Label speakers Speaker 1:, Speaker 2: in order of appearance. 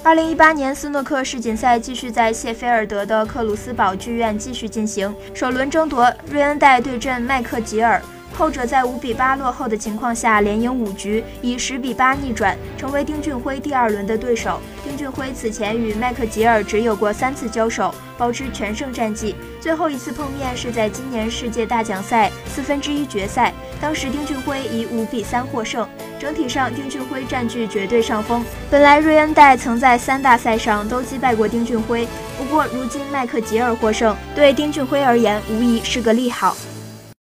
Speaker 1: 2018年斯诺克世锦赛继续在谢菲尔德的克鲁斯堡剧院继续进行，首轮争夺，瑞恩戴对阵麦克吉尔。后者在5比8落后的情况下连赢5局，以10比8逆转，成为丁俊晖第2轮的对手。丁俊晖此前与麦克吉尔只有过3次交手，保持全胜战绩。最后一次碰面是在今年世界大奖赛1/4决赛，当时丁俊晖以5比3获胜。整体上，丁俊晖占据绝对上风。本来瑞恩戴曾在3大赛上都击败过丁俊晖，不过如今麦克吉尔获胜，对丁俊晖而言无疑是个利好。